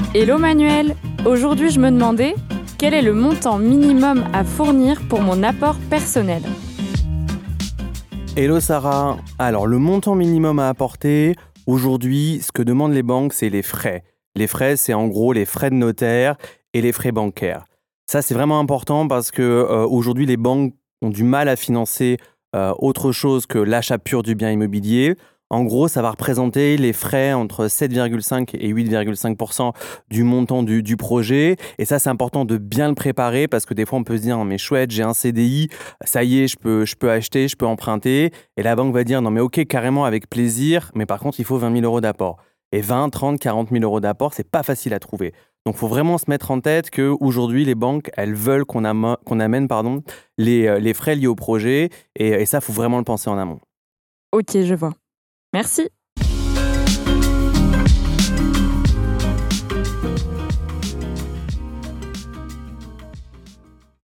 Hello Manuel, aujourd'hui je me demandais quel est le montant minimum à fournir pour mon apport personnel. Hello Sarah, alors le montant minimum à apporter, aujourd'hui ce que demandent les banques c'est les frais. Les frais c'est en gros les frais de notaire et les frais bancaires. Ça c'est vraiment important parce que aujourd'hui les banques ont du mal à financer autre chose que l'achat pur du bien immobilier. En gros, ça va représenter les frais entre 7,5 et 8,5% du montant du projet. Et ça, c'est important de bien le préparer parce que des fois, on peut se dire, non, mais chouette, j'ai un CDI, ça y est, je peux acheter, je peux emprunter. Et la banque va dire, non, mais ok, carrément, avec plaisir, mais par contre, il faut 20 000 euros d'apport. Et 20, 30, 40 000 euros d'apport, c'est pas facile à trouver. Donc, il faut vraiment se mettre en tête qu'aujourd'hui, les banques, elles veulent qu'on amène les frais liés au projet. Et ça, il faut vraiment le penser en amont. Ok, je vois. Merci.